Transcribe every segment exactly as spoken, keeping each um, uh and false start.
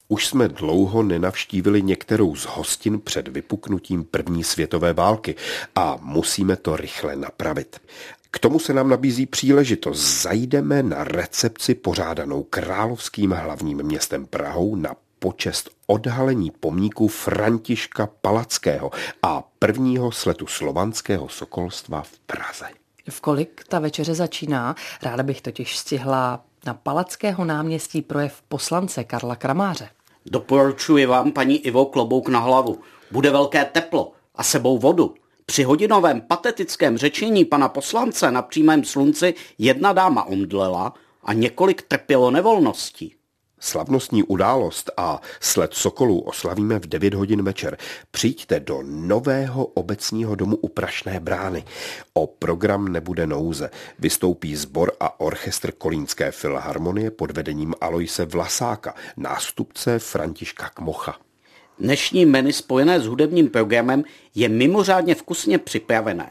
Už jsme dlouho nenavštívili některou z hostin před vypuknutím první světové války a musíme to rychle napravit. K tomu se nám nabízí příležitost. Zajdeme na recepci pořádanou Královským hlavním městem Prahou na počest odhalení pomníku Františka Palackého a prvního sletu slovanského sokolstva v Praze. V kolik ta večeře začíná? Ráda bych totiž stihla na Palackého náměstí projev poslance Karla Kramáře. Doporučuji vám, paní Ivo, klobouk na hlavu. Bude velké teplo a sebou vodu. Při hodinovém patetickém řečení pana poslance na přímém slunci jedna dáma omdlela a několik trpělo nevolností. Slavnostní událost a sled sokolů oslavíme v devět hodin večer. Přijďte do nového obecního domu u Prašné brány. O program nebude nouze. Vystoupí sbor a orchestr Kolínské filharmonie pod vedením Aloise Vlasáka, nástupce Františka Kmocha. Dnešní menu spojené s hudebním programem je mimořádně vkusně připravené,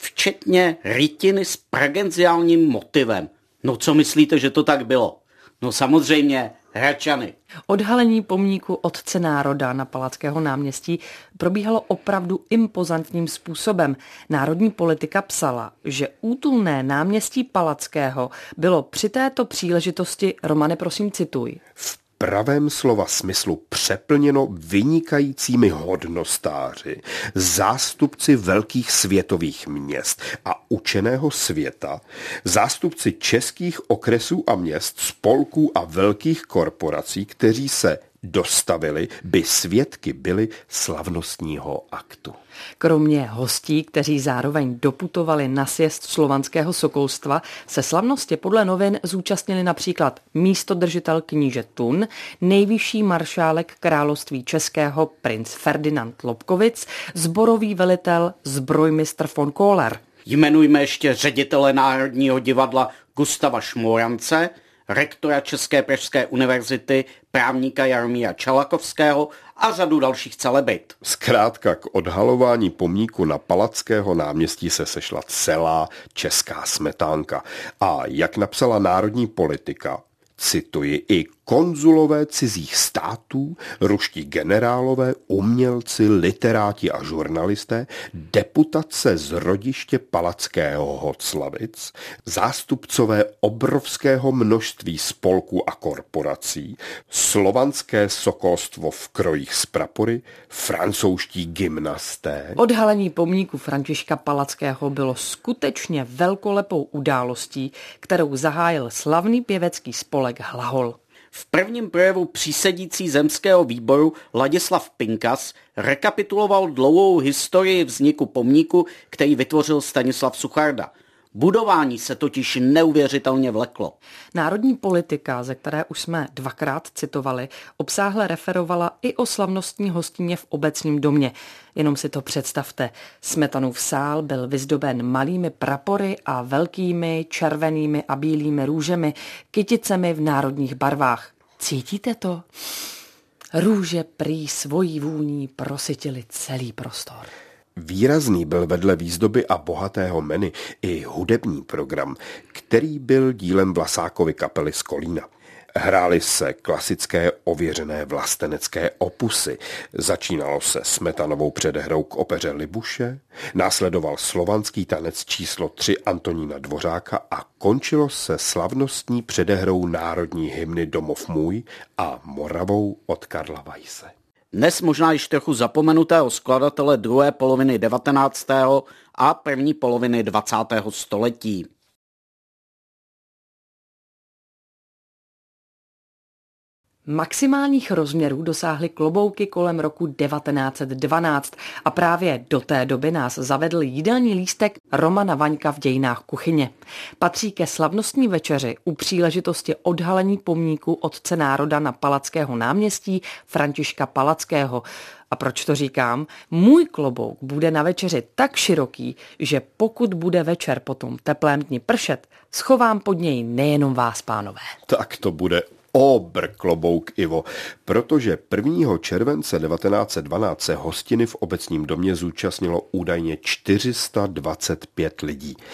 včetně rytiny s pragenziálním motivem. No co myslíte, že to tak bylo? No samozřejmě Hračany. Odhalení pomníku otce národa na Palackého náměstí probíhalo opravdu impozantním způsobem. Národní politika psala, že útulné náměstí Palackého bylo při této příležitosti, Romane, prosím cituj, v pravém slova smyslu přeplněno vynikajícími hodnostáři, zástupci velkých světových měst a učeného světa, zástupci českých okresů a měst, spolků a velkých korporací, kteří se dostavili, by svědky byli slavnostního aktu. Kromě hostí, kteří zároveň doputovali na sjezd slovanského sokolstva, se slavnosti podle novin zúčastnili například místodržitel kníže Thun, nejvyšší maršálek království českého princ Ferdinand Lobkowicz, sborový velitel zbrojmistr von Kohler. Jmenujme ještě ředitele Národního divadla Gustava Šmorance, rektora České pražské univerzity, právníka Jaromíra Čalakovského a řadu dalších celebrit. Zkrátka k odhalování pomníku na Palackého náměstí se sešla celá česká smetánka. A jak napsala Národní politika, cituji, i konzulové cizích států, ruští generálové, umělci, literáti a žurnalisté, deputace z rodiště Palackého Hoclavic, zástupcové obrovského množství spolků a korporací, slovanské sokolstvo v krojích z prapory, francouzští gymnasté. Odhalení pomníku Františka Palackého bylo skutečně velkolepou událostí, kterou zahájil slavný pěvecký spolek Hlahol. V prvním projevu přísedící zemského výboru Ladislav Pinkas rekapituloval dlouhou historii vzniku pomníku, který vytvořil Stanislav Sucharda. Budování se totiž neuvěřitelně vleklo. Národní politika, ze které už jsme dvakrát citovali, obsáhle referovala i o slavnostní hostině v obecním domě. Jenom si to představte. Smetanův sál byl vyzdoben malými prapory a velkými červenými a bílými růžemi, kyticemi v národních barvách. Cítíte to? Růže prý svojí vůní prosytily celý prostor. Výrazný byl vedle výzdoby a bohatého menu i hudební program, který byl dílem Vlasákovy kapely z Kolína. Hrály se klasické ověřené vlastenecké opusy. Začínalo se Smetanovou předehrou k opeře Libuše, následoval slovanský tanec číslo tři Antonína Dvořáka a končilo se slavnostní předehrou národní hymny Domov můj a Moravou od Karla Weisse. Dnes možná již trochu zapomenutého skladatele druhé poloviny devatenáctého a první poloviny dvacátého století. Maximálních rozměrů dosáhly klobouky kolem roku devatenáct set dvanáct a právě do té doby nás zavedl jídelní lístek Romana Vaňka v dějinách kuchyně. Patří ke slavnostní večeři u příležitosti odhalení pomníku otce národa na Palackého náměstí Františka Palackého. A proč to říkám? Můj klobouk bude na večeři tak široký, že pokud bude večer po tom teplém dni pršet, schovám pod něj nejenom vás, pánové. Tak to bude obr klobouk, Ivo, protože prvního července devatenáct set dvanáct se hostiny v obecním domě zúčastnilo údajně čtyři sta dvacet pět lidí.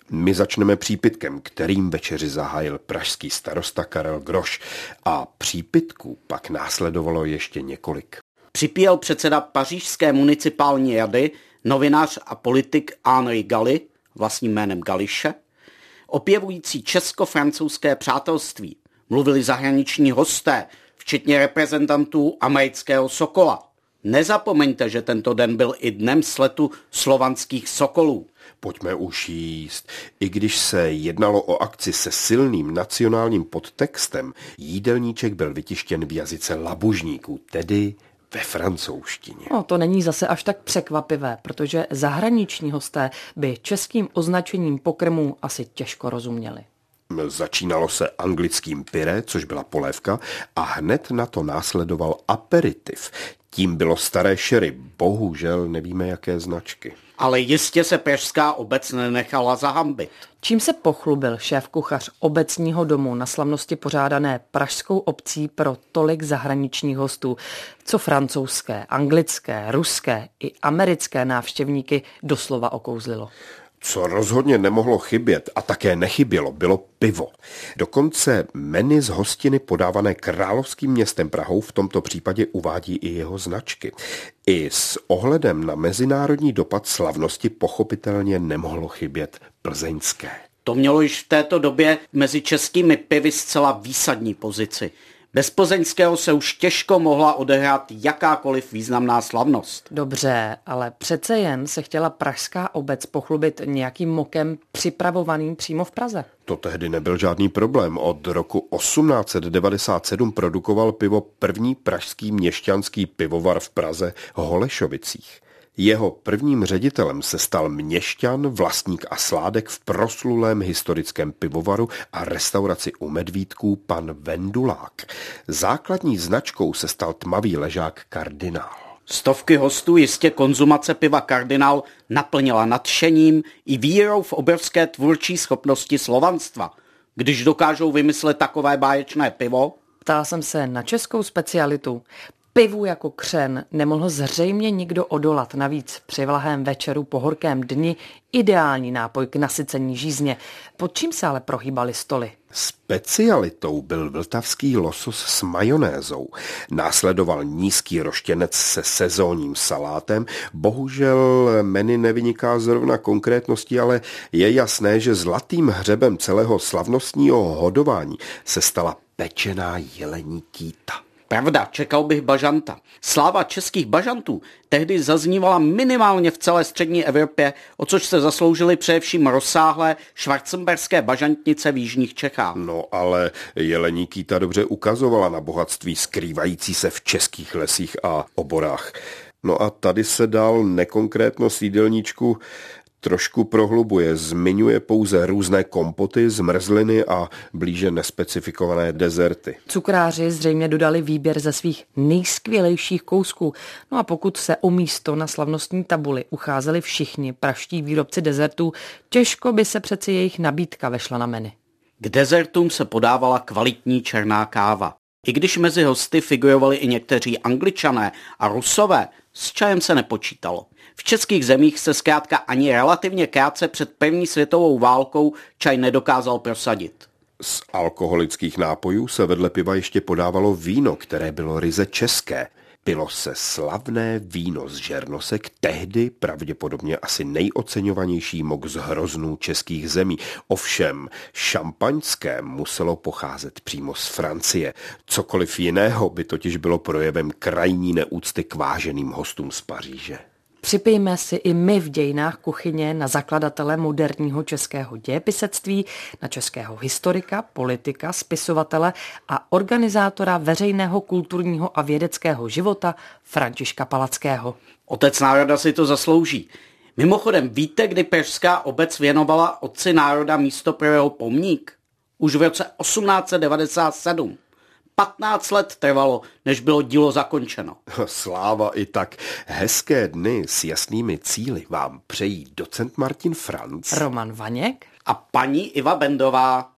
My začneme přípitkem, kterým večeři zahájil pražský starosta Karel Groš, a přípitků pak následovalo ještě několik. Připíjel předseda pařížské municipální rady, novinář a politik Henri Galli, vlastním jménem Gališe, opěvující česko-francouzské přátelství. Mluvili zahraniční hosté, včetně reprezentantů amerického Sokola. Nezapomeňte, že tento den byl i dnem sletu slovanských sokolů. Pojďme už jíst. I když se jednalo o akci se silným nacionálním podtextem, jídelníček byl vytištěn v jazyce labužníků, tedy ve francouzštině. No, to není zase až tak překvapivé, protože zahraniční hosté by českým označením pokrmů asi těžko rozuměli. Začínalo se anglickým pyré, což byla polévka, a hned na to následoval aperitiv. Tím bylo staré sherry, bohužel nevíme jaké značky. Ale jistě se pražská obec nenechala zahambit. Čím se pochlubil šéfkuchař obecního domu na slavnosti pořádané pražskou obcí pro tolik zahraničních hostů, co francouzské, anglické, ruské i americké návštěvníky doslova okouzlilo? Co rozhodně nemohlo chybět a také nechybělo, bylo pivo. Dokonce menu z hostiny podávané královským městem Prahou v tomto případě uvádí i jeho značky. I s ohledem na mezinárodní dopad slavnosti pochopitelně nemohlo chybět plzeňské. To mělo již v této době mezi českými pivy zcela výsadní pozici. Bez plzeňského se už těžko mohla odehrát jakákoliv významná slavnost. Dobře, ale přece jen se chtěla pražská obec pochlubit nějakým mokem připravovaným přímo v Praze. To tehdy nebyl žádný problém. Od roku osmnáct set devadesát sedm produkoval pivo první pražský měšťanský pivovar v Praze Holešovicích. Jeho prvním ředitelem se stal měšťan, vlastník a sládek v proslulém historickém pivovaru a restauraci u Medvídků pan Vendulák. Základní značkou se stal tmavý ležák Kardinál. Stovky hostů jistě konzumace piva Kardinál naplnila nadšením i vírou v obrovské tvůrčí schopnosti slovanstva. Když dokážou vymyslet takové báječné pivo? Ptala jsem se na českou specialitu. Pivu jako křen nemohl zřejmě nikdo odolat, navíc při vlahém večeru po horkém dni ideální nápoj k nasycení žízně. Pod čím se ale prohýbaly stoly? Specialitou byl vltavský losos s majonézou. Následoval nízký roštěnec se sezónním salátem. Bohužel menu nevyniká zrovna konkrétností, ale je jasné, že zlatým hřebem celého slavnostního hodování se stala pečená jelení kýta. Pravda, čekal bych bažanta. Sláva českých bažantů tehdy zaznívala minimálně v celé střední Evropě, o což se zasloužily především rozsáhlé schwarzenberské bažantnice v jižních Čechách. No ale jelení kýta dobře ukazovala na bohatství skrývající se v českých lesích a oborách. No a tady se dál nekonkrétnost jídelníčku trošku prohlubuje, zmiňuje pouze různé kompoty, zmrzliny a blíže nespecifikované dezerty. Cukráři zřejmě dodali výběr ze svých nejskvělejších kousků. No a pokud se o místo na slavnostní tabuli ucházeli všichni pražští výrobci dezertů, těžko by se přeci jejich nabídka vešla na menu. K dezertům se podávala kvalitní černá káva. I když mezi hosty figurovali i někteří Angličané a Rusové, s čajem se nepočítalo. V českých zemích se zkrátka ani relativně krátce před první světovou válkou čaj nedokázal prosadit. Z alkoholických nápojů se vedle piva ještě podávalo víno, které bylo ryze české. Pilo se slavné víno z Žernosek, tehdy pravděpodobně asi nejoceňovanější mok z hroznů českých zemí. Ovšem, šampaňské muselo pocházet přímo z Francie. Cokoliv jiného by totiž bylo projevem krajní neúcty k váženým hostům z Paříže. Připijme si i my v dějinách kuchyně na zakladatele moderního českého dějepisectví, na českého historika, politika, spisovatele a organizátora veřejného kulturního a vědeckého života Františka Palackého. Otec národa si to zaslouží. Mimochodem, víte, kdy pražská obec věnovala otci národa místo pro jeho pomník? Už v roce osmnáct set devadesát sedm. patnáct let trvalo, než bylo dílo zakončeno. Sláva i tak. Hezké dny s jasnými cíli vám přejí docent Martin Franc, Roman Vaněk A paní Iva Bendová.